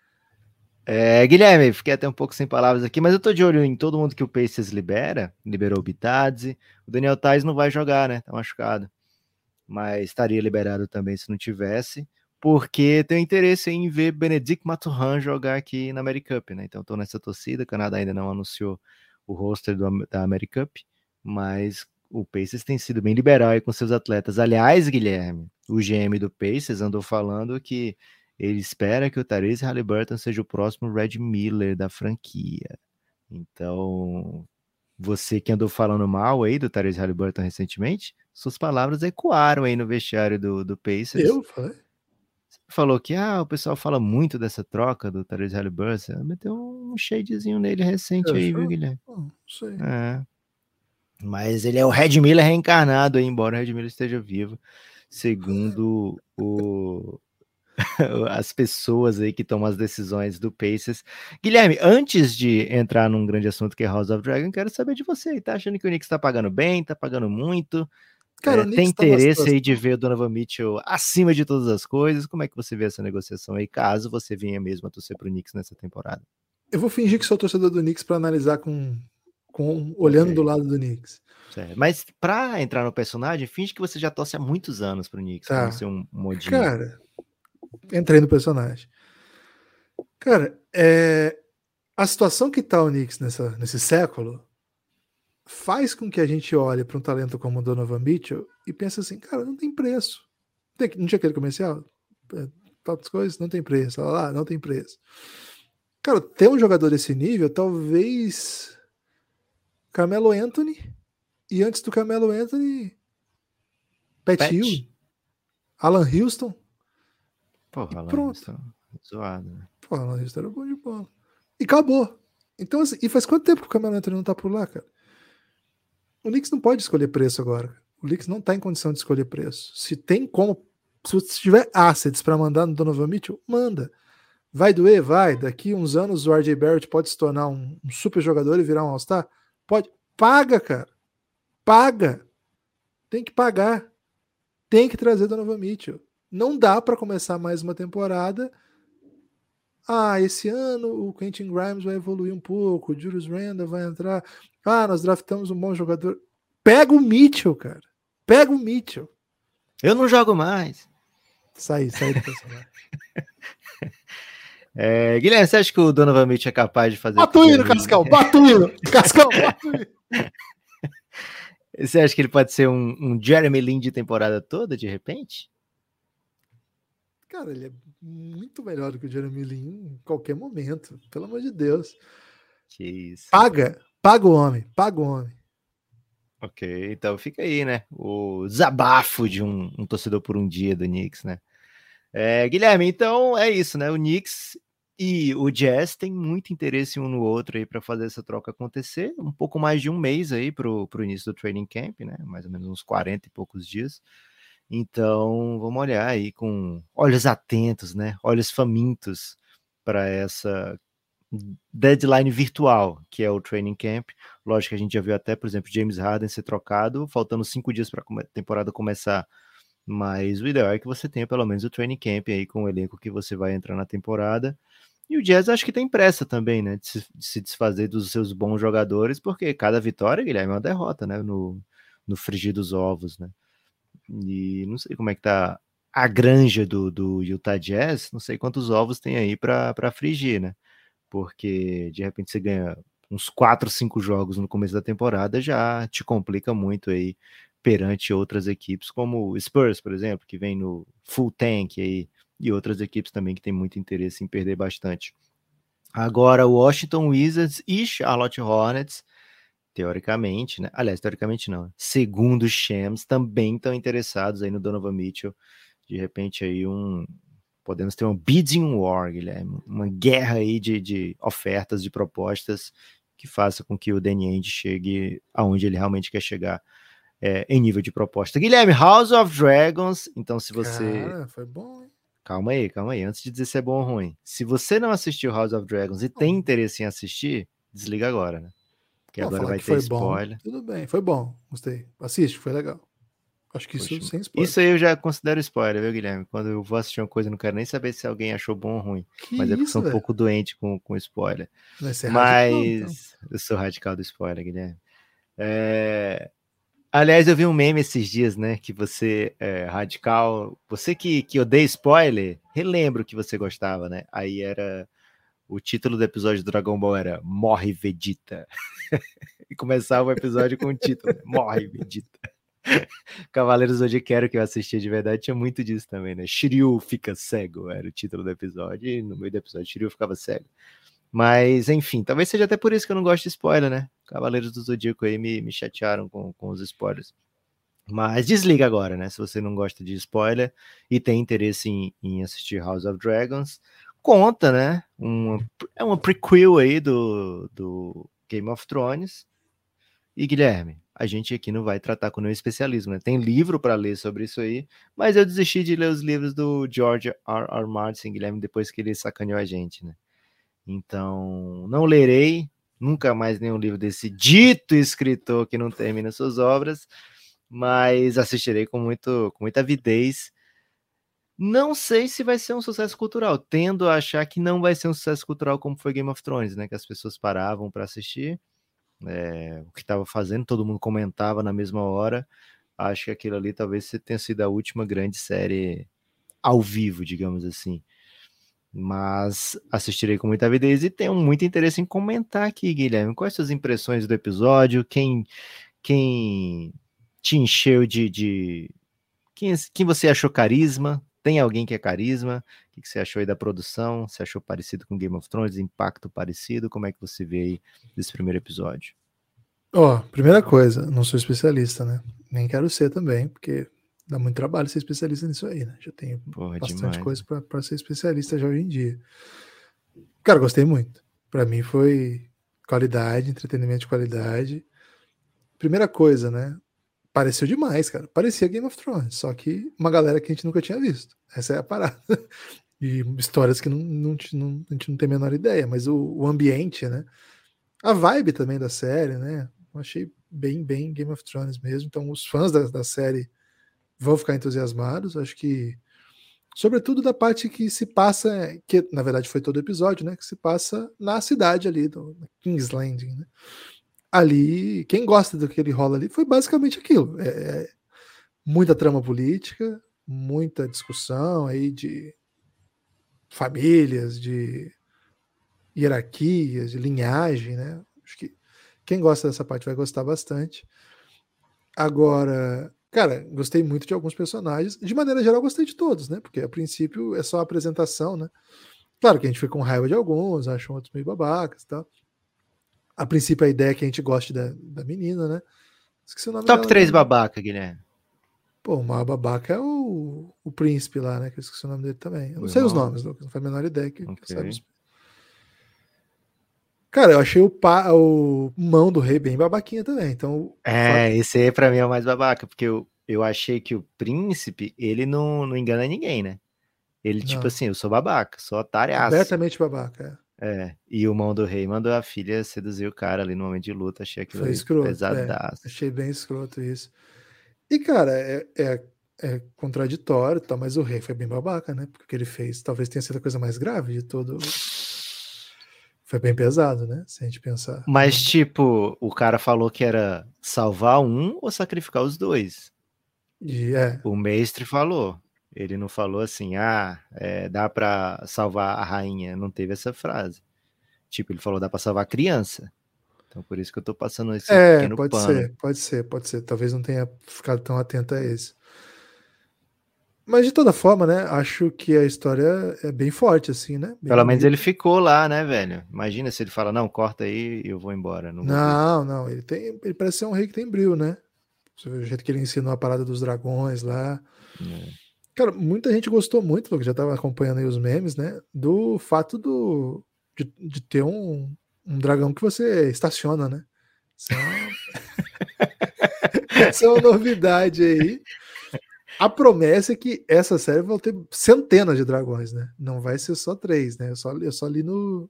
Guilherme, fiquei até um pouco sem palavras aqui, mas eu tô de olho em todo mundo que o Pacers liberou o Bitadze. O Daniel Theis não vai jogar, né? Tá machucado. Mas estaria liberado também se não tivesse, porque tenho interesse em ver Benedict Mathurin jogar aqui na AmeriCup, né? Então tô nessa torcida. O Canadá ainda não anunciou o roster da AmeriCup, mas o Pacers tem sido bem liberal aí com seus atletas. Aliás, Guilherme, o GM do Pacers andou falando que ele espera que o Tyrese Haliburton seja o próximo Red Miller da franquia. Então, você que andou falando mal aí do Tyrese Haliburton recentemente, suas palavras ecoaram aí no vestiário do Pacers. Eu falei? Você falou que o pessoal fala muito dessa troca do Tyrese Haliburton. Meteu um shadezinho nele recente aí, viu, Guilherme? Não sei. Mas ele é o Red Miller reencarnado aí, embora o Red Miller esteja vivo, segundo as pessoas aí que tomam as decisões do Pacers. Guilherme, antes de entrar num grande assunto que é House of Dragon, quero saber de você. Tá achando que o Knicks tá pagando bem? Tá pagando muito? Cara, tem interesse aí de ver o Donovan Mitchell acima de todas as coisas? Como é que você vê essa negociação aí, caso você venha mesmo a torcer pro Knicks nessa temporada? Eu vou fingir que sou torcedor do Knicks para analisar olhando do lado do Knicks. Certo. Mas pra entrar no personagem, finge que você já torce há muitos anos pro Knicks, pra não ser um modinho. Cara, entrei no personagem. Cara, a situação que tá o Knicks nesse século faz com que a gente olhe para um talento como o Donovan Mitchell e pense assim, cara, não tem preço. Não tinha aquele comercial? Tantas coisas, não tem preço. Lá, não tem preço. Cara, ter um jogador desse nível, talvez Carmelo Anthony, e antes do Carmelo Anthony, Pat Hill, Alan Houston. Porra, Alan Houston, zoado, né? Porra, Alan Houston era bom de bola. E acabou. Então, assim, e faz quanto tempo que o Carmelo Anthony não tá por lá, cara? O Knicks não pode escolher preço agora. O Knicks não tá em condição de escolher preço. Se você tiver assets para mandar no Donovan Mitchell, manda. Vai doer? Vai. Daqui uns anos o RJ Barrett pode se tornar um super jogador e virar um All-Star? Pode. Paga, cara. Paga. Tem que pagar. Tem que trazer Donovan Mitchell. Não dá para começar mais uma temporada. Esse ano o Quentin Grimes vai evoluir um pouco, o Julius Randle vai entrar. Nós draftamos um bom jogador. Pega o Mitchell, cara. Pega o Mitchell. Eu não jogo mais. Sai do personagem. Guilherme, você acha que o Donovan Mitchell é capaz de fazer... Bota o hino, Cascão! Bota o hino! Cascão, bota o hino! Você acha que ele pode ser um Jeremy Lin de temporada toda, de repente? Cara, ele é muito melhor do que o Jeremy Lin em qualquer momento. Pelo amor de Deus. Que isso. Paga o homem. Ok, então fica aí, né? O desabafo de um torcedor por um dia do Knicks, né? Guilherme, então é isso, né? O Knicks e o Jazz têm muito interesse um no outro aí para fazer essa troca acontecer. Um pouco mais de um mês aí pro início do training camp, né? Mais ou menos uns 40 e poucos dias. Então, vamos olhar aí com olhos atentos, né? Olhos famintos para essa deadline virtual, que é o training camp. Lógico que a gente já viu até, por exemplo, James Harden ser trocado, faltando 5 dias para a temporada começar. Mas o ideal é que você tenha pelo menos o training camp aí com o elenco que você vai entrar na temporada. E o Jazz acho que tem pressa também, né? De se desfazer dos seus bons jogadores, porque cada vitória, Guilherme, é uma derrota, né? No frigir dos ovos, né? E não sei como é que tá a granja do Utah Jazz, não sei quantos ovos tem aí para frigir, né? Porque de repente você ganha uns 4, 5 jogos no começo da temporada, já te complica muito aí perante outras equipes, como o Spurs, por exemplo, que vem no full tank aí, e outras equipes também que tem muito interesse em perder bastante. Agora, o Washington Wizards e Charlotte Hornets, teoricamente, né? Aliás, teoricamente não. Segundo os Shams, também estão interessados aí no Donovan Mitchell. De repente aí podemos ter um bidding war, Guilherme, uma guerra aí de ofertas, de propostas que faça com que o Danny Ainge chegue aonde ele realmente quer chegar em nível de proposta. Guilherme, House of Dragons, então se você... Cara, foi bom, hein? Calma aí, antes de dizer se é bom ou ruim. Se você não assistiu House of Dragons e tem interesse em assistir, desliga agora, né? Porque agora vai ter spoiler. Bom, tudo bem, foi bom, gostei. Assiste, foi legal. Acho que isso sem spoiler. Isso aí eu já considero spoiler, viu, Guilherme? Quando eu vou assistir uma coisa, eu não quero nem saber se alguém achou bom ou ruim. Mas é porque eu sou um pouco doente com spoiler. Mas radical, então. Eu sou radical do spoiler, Guilherme. Aliás, eu vi um meme esses dias, né? Que você é radical. Você que odeia spoiler, relembra o que você gostava, né? Aí era... O título do episódio do Dragon Ball era Morre Vegeta. E começava o episódio com o título, né? Morre Vegeta. Cavaleiros do Zodíaco, que eu assistia de verdade, tinha muito disso também, né? Shiryu fica cego, era o título do episódio, e no meio do episódio Shiryu ficava cego. Mas, enfim, talvez seja até por isso que eu não gosto de spoiler, né? Cavaleiros do Zodíaco aí me chatearam com os spoilers. Mas desliga agora, né? Se você não gosta de spoiler e tem interesse em assistir House of Dragons, conta, né? É uma prequel aí do Game of Thrones. E, Guilherme, a gente aqui não vai tratar com nenhum especialismo, né? Tem livro para ler sobre isso aí, mas eu desisti de ler os livros do George R. Martin, Guilherme, depois que ele sacaneou a gente, né? Então, não lerei nunca mais nenhum livro desse dito escritor que não termina suas obras, mas assistirei com muita avidez. Não sei se vai ser um sucesso cultural. Tendo a achar que não vai ser um sucesso cultural como foi Game of Thrones, né? Que as pessoas paravam para assistir. O que estava fazendo, todo mundo comentava na mesma hora. Acho que aquilo ali talvez tenha sido a última grande série ao vivo, digamos assim. Mas assistirei com muita avidez e tenho muito interesse em comentar aqui, Guilherme. Quais suas impressões do episódio? Quem te encheu de... Quem você achou carisma? Tem alguém que é carisma? O que você achou aí da produção? Você achou parecido com Game of Thrones? Impacto parecido? Como é que você vê aí desse primeiro episódio? Primeira coisa, não sou especialista, né? Nem quero ser também, porque dá muito trabalho ser especialista nisso aí, né? Já tenho bastante coisa para ser especialista já hoje em dia. Cara, gostei muito. Para mim foi qualidade, entretenimento de qualidade. Primeira coisa, né? Pareceu demais, cara. Parecia Game of Thrones, só que uma galera que a gente nunca tinha visto. Essa é a parada. E histórias que a gente não tem a menor ideia, mas o ambiente, né? A vibe também da série, né? Eu achei bem Game of Thrones mesmo. Então, os fãs da série vão ficar entusiasmados. Acho que, sobretudo da parte que se passa, que na verdade foi todo o episódio, né? Que se passa na cidade ali, do King's Landing, né? Ali, quem gosta do que ele rola ali foi basicamente aquilo. Muita trama política, muita discussão aí de famílias, de hierarquias, de linhagem, né? Acho que quem gosta dessa parte vai gostar bastante. Agora, cara, gostei muito de alguns personagens. De maneira geral, gostei de todos, né? Porque a princípio é só a apresentação, né? Claro que a gente fica com raiva de alguns, acham outros meio babacas e tal. A princípio, a ideia é que a gente goste da menina, né? Esqueci o nome Top dela 3 agora. babaca, Guilherme. Pô, o maior babaca é o príncipe lá, né? Que eu esqueci o nome dele também. Eu O não sei os irmão? nomes, Lucas. Não faz a menor ideia que sabe Ok. os... Cara, eu achei o mão do rei bem babaquinha também. Então, o fato... Esse aí pra mim é o mais babaca, porque eu achei que o príncipe, ele não engana ninguém, né? Ele, tipo Não, assim, eu sou babaca, sou otáriaço. abertamente babaca. E o mão do rei mandou a filha seduzir o cara ali no momento de luta. Achei aquilo Foi ali escroto, pesadaço. achei bem escroto isso. E, cara, é contraditório, tá? Mas o rei foi bem babaca, né? Porque o que ele fez talvez tenha sido a coisa mais grave de todo. Foi bem pesado, né? Se a gente pensar. Mas, tipo, o cara falou que era salvar um ou sacrificar os dois. E O mestre falou. Ele não falou assim, dá pra salvar a rainha. Não teve essa frase. Tipo, ele falou, dá pra salvar a criança. Então, por isso que eu tô passando esse pequeno pode pano. ser, pode ser, pode ser. Talvez não tenha ficado tão atento a esse. Mas de toda forma, né? Acho que a história é bem forte, assim, né? Bem Pelo menos ele bonita. ficou lá, né, velho? Imagina se ele fala, não, corta aí e eu vou embora, não vou ver. Não, ele parece ser um rei que tem brilho, né? Você vê o jeito que ele ensinou a parada dos dragões lá. É. Cara, muita gente gostou muito, porque já tava acompanhando aí os memes, né? Do fato de ter um dragão que você estaciona, né? Isso é uma, essa é uma novidade aí. A promessa é que essa série vai ter centenas de dragões, né? Não vai ser só 3, né? Eu só li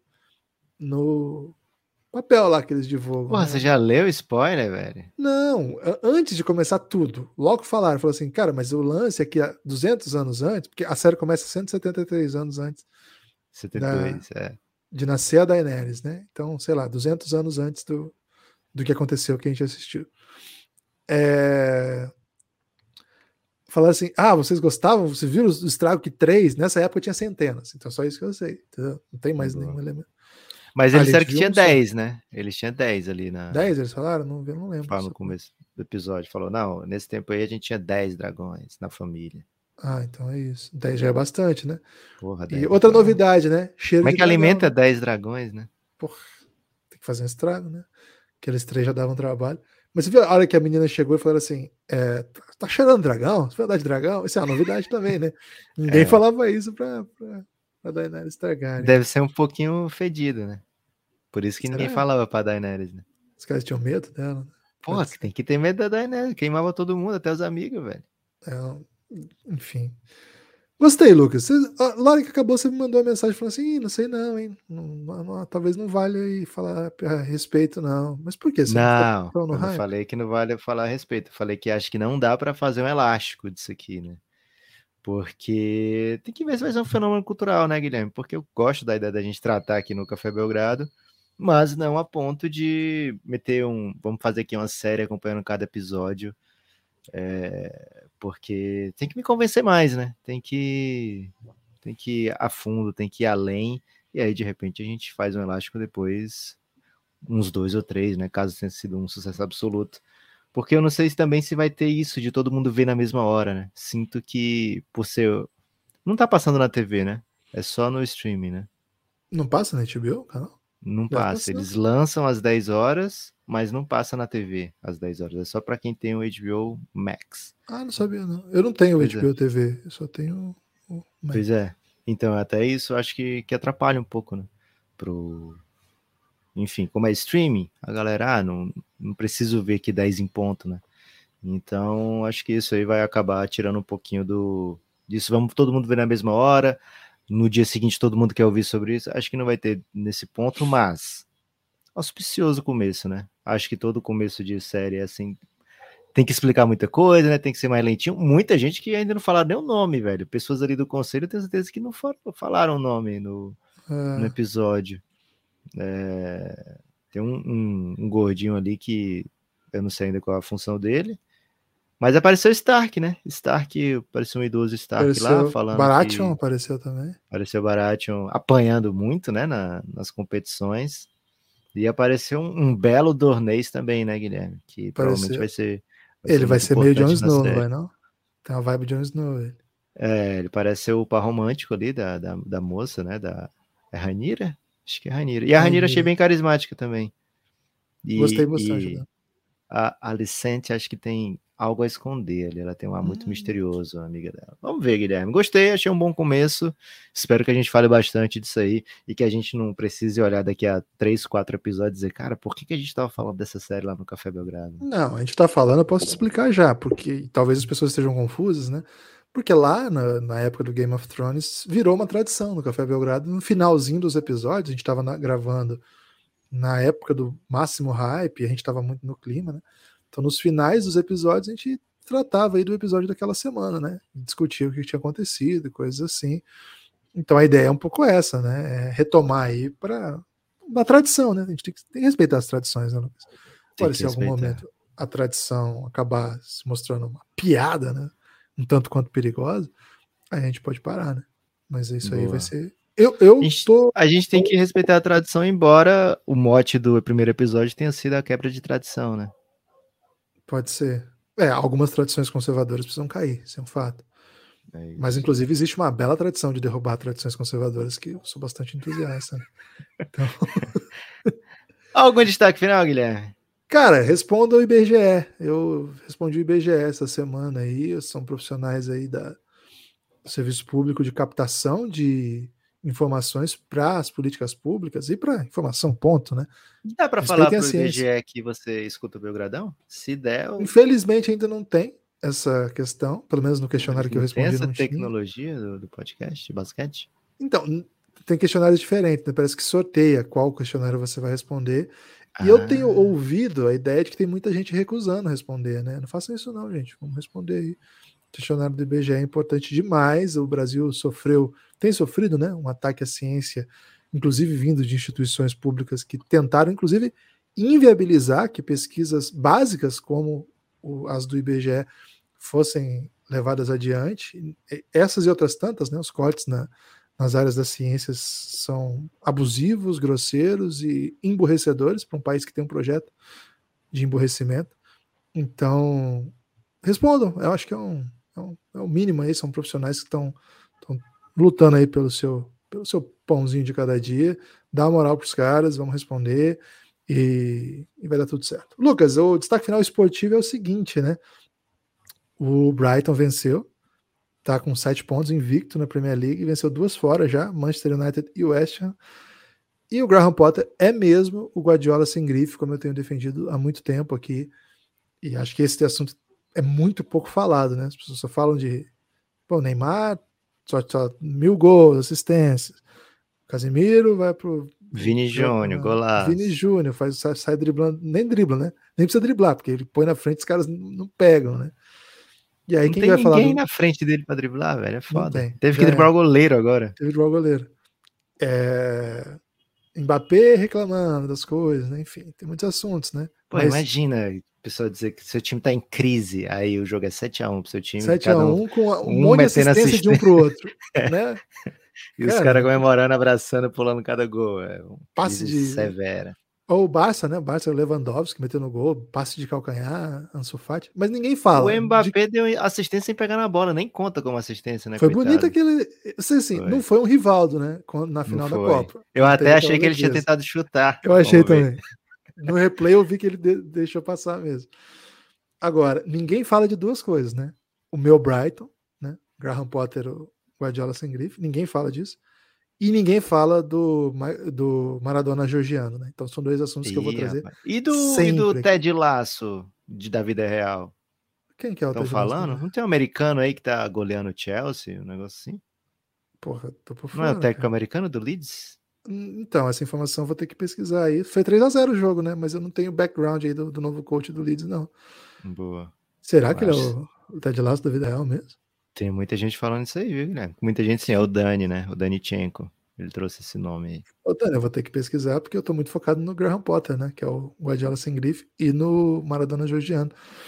no papel lá que eles divulgam, Porra, né? você já leu spoiler, velho? Não, antes de começar tudo, logo falaram assim, cara, mas o lance é que há 200 anos antes, porque a série começa 173 anos antes 72, de nascer a Daenerys, né? Então, sei lá, 200 anos antes do que aconteceu, que a gente assistiu. Falaram assim, vocês gostavam? Você viu o estrago que 3? Nessa época tinha centenas, então só isso que eu sei, entendeu? Não tem mais nenhum Boa. elemento. Mas eles Ali a disseram gente que viu tinha um só. 10, né? Eles tinham 10 ali 10 eles falaram? Não lembro fala no disso. começo do episódio. Falou, não, nesse tempo aí a gente tinha 10 dragões na família. Então é isso. 10 já é bastante, né? Porra, E 10 outra pra... novidade, né? Cheiro Como é de que dragão, alimenta né? 10 dragões, né? Porra, tem que fazer um estrago, né? Aqueles 3 já davam trabalho. Mas você viu a hora que a menina chegou e falou assim: tá cheirando dragão? Você vai andar de dragão? Isso é uma novidade também, né? Ninguém É, falava isso pra Daenerys Targaryen. deve ser um pouquinho fedido, né? Por isso que ninguém Será? falava pra Daenerys, né? Os caras tinham medo dela? Né? Porra, Pode que ser. tem que ter medo da Daenerys. Queimava todo mundo, até os amigos, velho. Enfim. Gostei, Lucas. Na hora que acabou, você me mandou uma mensagem falando assim: não sei não, hein? Talvez não valha aí falar a respeito, não. Mas por que? Você não ficou Não, tão no eu não hype? falei que não vale falar a respeito. Eu falei que acho que não dá pra fazer um elástico disso aqui, né? Porque tem que ver se vai ser um fenômeno cultural, né, Guilherme? Porque eu gosto da ideia da gente tratar aqui no Café Belgrado, mas não a ponto de meter vamos fazer aqui uma série acompanhando cada episódio, porque tem que me convencer mais, né? Tem que ir a fundo, tem que ir além, e aí de repente a gente faz um elástico depois, uns 2 ou 3, né? Caso tenha sido um sucesso absoluto. Porque eu não sei se também se vai ter isso de todo mundo ver na mesma hora, né? Sinto que, por ser. Não tá passando na TV, né? É só no streaming, né? Não passa na HBO, canal? Não Deve passa. passar. Eles lançam às 10 horas, mas não passa na TV às 10 horas. É só pra quem tem o HBO Max. Não sabia, não. Eu não tenho o Pois é. HBO TV, eu só tenho o Mac. Pois é. Então, até isso eu acho que atrapalha um pouco, né? Enfim, como é streaming, a galera, não preciso ver que 10 em ponto, né? Então, acho que isso aí vai acabar tirando um pouquinho disso. Vamos todo mundo ver na mesma hora. No dia seguinte, todo mundo quer ouvir sobre isso. Acho que não vai ter nesse ponto, mas auspicioso começo, né? Acho que todo começo de série é assim. Tem que explicar muita coisa, né? Tem que ser mais lentinho. Muita gente que ainda não falaram nem o nome, velho. Pessoas ali do conselho, eu tenho certeza que não falaram o nome no episódio. Tem um gordinho ali que eu não sei ainda qual é a função dele. Mas apareceu Stark, né? Apareceu um idoso Stark lá, Apareceu falando Baratheon, que apareceu também. apareceu Baratheon apanhando muito, né, nas competições. E apareceu um belo Dornês também, né, Guilherme? Que provavelmente Apareceu. vai ser Ele vai muito ser meio Jon importante na Snow, não vai série. não? Tem uma vibe Jon Snow, ele. Ele parece ser o par romântico ali da moça, né? É Rhaenyra? Acho que é Rhaenyra. E a Rhaenyra achei bem carismática também. Gostei E, bastante e dela. a Alicente acho que tem algo a esconder ali. Ela tem um ar muito misterioso, a amiga dela. Vamos ver, Guilherme. Gostei, achei um bom começo. Espero que a gente fale bastante disso aí e que a gente não precise olhar daqui a 3, 4 episódios e dizer, cara, por que a gente tava falando dessa série lá no Café Belgrado? Não, a gente tá falando, eu posso te explicar já, porque talvez as pessoas estejam confusas, né? Porque lá na época do Game of Thrones virou uma tradição no Café Belgrado. No finalzinho dos episódios, a gente estava gravando na época do máximo hype, a gente estava muito no clima, né? Então, nos finais dos episódios, a gente tratava aí do episódio daquela semana, né? Discutia o que tinha acontecido, coisas assim. Então, a ideia é um pouco essa, né? É retomar aí para uma tradição, né? A gente tem que respeitar as tradições, né, Lucas? Olha, se em algum momento a tradição acabar se mostrando uma piada, né? Um tanto quanto perigosa, aí a gente pode parar, né? Mas isso aí vai ser. A gente tem que respeitar a tradição, embora o mote do primeiro episódio tenha sido a quebra de tradição, né? Pode ser. Algumas tradições conservadoras precisam cair, isso é um fato. Mas, inclusive, existe uma bela tradição de derrubar tradições conservadoras que eu sou bastante entusiasta. Né? Então... Algum destaque final, Guilherme? Cara, responda o IBGE. Eu respondi o IBGE essa semana aí. São profissionais aí do serviço público de captação de informações para as políticas públicas e para informação, ponto, né? Dá para falar para o IBGE que você escuta o Belgradão? Se der... Infelizmente ainda não tem essa questão, pelo menos no questionário que eu respondi não tinha. Tecnologia do podcast, de basquete? Então, tem questionários diferentes, né? Parece que sorteia qual questionário você vai responder. E eu tenho ouvido a ideia de que tem muita gente recusando responder, né? Não façam isso não, gente. Vamos responder aí. O questionário do IBGE é importante demais. O Brasil tem sofrido, né? Um ataque à ciência, inclusive vindo de instituições públicas que tentaram, inclusive, inviabilizar que pesquisas básicas como as do IBGE fossem levadas adiante. Essas e outras tantas, né? Os cortes nas áreas das ciências são abusivos, grosseiros e emburrecedores para um país que tem um projeto de emburrecimento. Então, respondam. Eu acho que é o mínimo aí. São profissionais que estão lutando aí pelo seu pãozinho de cada dia. Dá uma moral para os caras, vamos responder e vai dar tudo certo. Lucas, o destaque final esportivo é o seguinte, né? O Brighton venceu, tá com 7 pontos, invicto na Premier League, venceu 2 fora já, Manchester United e West Ham. E o Graham Potter é mesmo o Guardiola sem grife, como eu tenho defendido há muito tempo aqui. E acho que esse assunto é muito pouco falado, né? As pessoas só falam de Neymar, só 1000 gols, assistências. Casemiro vai pro Vini Júnior, golaço. Vini Júnior sai driblando, nem dribla, né? Nem precisa driblar, porque ele põe na frente, os caras não pegam, né? E aí, não quem tem vai falar ninguém na frente dele pra driblar, velho. É foda. Teve que driblar o goleiro agora. Teve que driblar o goleiro. Mbappé reclamando das coisas, né? Enfim, tem muitos assuntos, né? Pô, imagina a pessoa dizer que seu time tá em crise, aí o jogo é 7-1 pro seu time. 7-1 com um monte de assistência de um pro outro, né? E os caras comemorando, abraçando, pulando cada gol. É uma passe crise severa. Ou o Barça, né? O Barça, o Lewandowski meteu no gol, passe de calcanhar, Ansu Fati, mas ninguém fala. O Mbappé deu assistência sem pegar na bola, nem conta como assistência, né? Foi bonito aquele. Assim, não foi um Rivaldo, né? Na final da Copa. Eu até achei que ele tinha tentado chutar. Eu achei também. No replay eu vi que ele deixou passar mesmo. Agora, ninguém fala de duas coisas, né? O meu Brighton, né? Graham Potter, o Guardiola sem grife, ninguém fala disso. E ninguém fala do Maradona georgiano, né? Então são dois assuntos que eu vou trazer. E do Ted Lasso da vida real? Quem que é o Ted Lasso? Estão falando? Não tem um americano aí que tá goleando o Chelsea, um negócio assim? Porra, tô por fora. Não é o técnico americano do Leeds? Então, essa informação eu vou ter que pesquisar aí. Foi 3-0 o jogo, né? Mas eu não tenho o background aí do novo coach do Leeds, não. Boa. Será que ele é o Ted Lasso da vida real mesmo? Tem muita gente falando isso aí, viu, Guilherme? Muita gente, sim. É o Dani, né? O Danichenko. Ele trouxe esse nome aí. Ô, Dani, eu vou ter que pesquisar porque eu tô muito focado no Graham Potter, né? Que é o Guardiola sem grife, e no Maradona georgiano.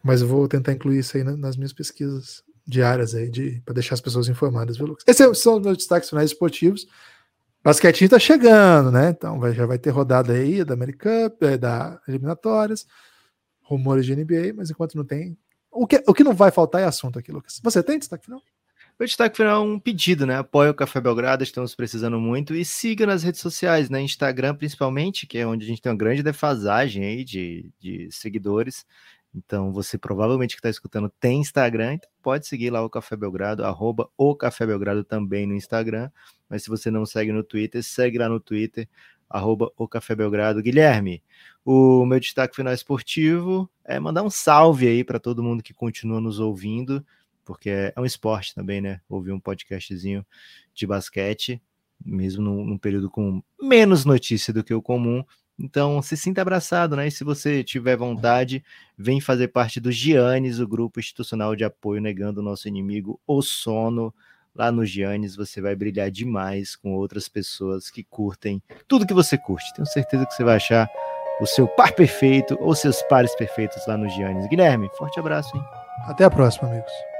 Mas eu vou tentar incluir isso aí nas minhas pesquisas diárias aí, para deixar as pessoas informadas, viu, Lucas? Esses são os meus destaques finais esportivos. Basquetinho tá chegando, né? Então já vai ter rodada aí da American Cup, da eliminatórias, rumores de NBA, mas enquanto não tem... O que não vai faltar é assunto aqui, Lucas. Você tem destaque final? O destaque final é um pedido, né? Apoie o Café Belgrado, estamos precisando muito. E siga nas redes sociais, né? Instagram principalmente, que é onde a gente tem uma grande defasagem aí de seguidores. Então, você provavelmente que está escutando tem Instagram, então pode seguir lá o Café Belgrado, @o Café Belgrado também no Instagram. Mas se você não segue no Twitter, segue lá no Twitter, @o Café Belgrado. Guilherme, o meu destaque final esportivo é mandar um salve aí para todo mundo que continua nos ouvindo, porque é um esporte também, né? Ouvir um podcastzinho de basquete, mesmo num período com menos notícia do que o comum. Então, se sinta abraçado, né? E se você tiver vontade, vem fazer parte do Giannis, o grupo institucional de apoio negando o nosso inimigo, o sono. Lá no Giannis você vai brilhar demais com outras pessoas que curtem tudo que você curte. Tenho certeza que você vai achar o seu par perfeito ou seus pares perfeitos lá no Giannis. Guilherme, forte abraço, hein? Até a próxima, amigos.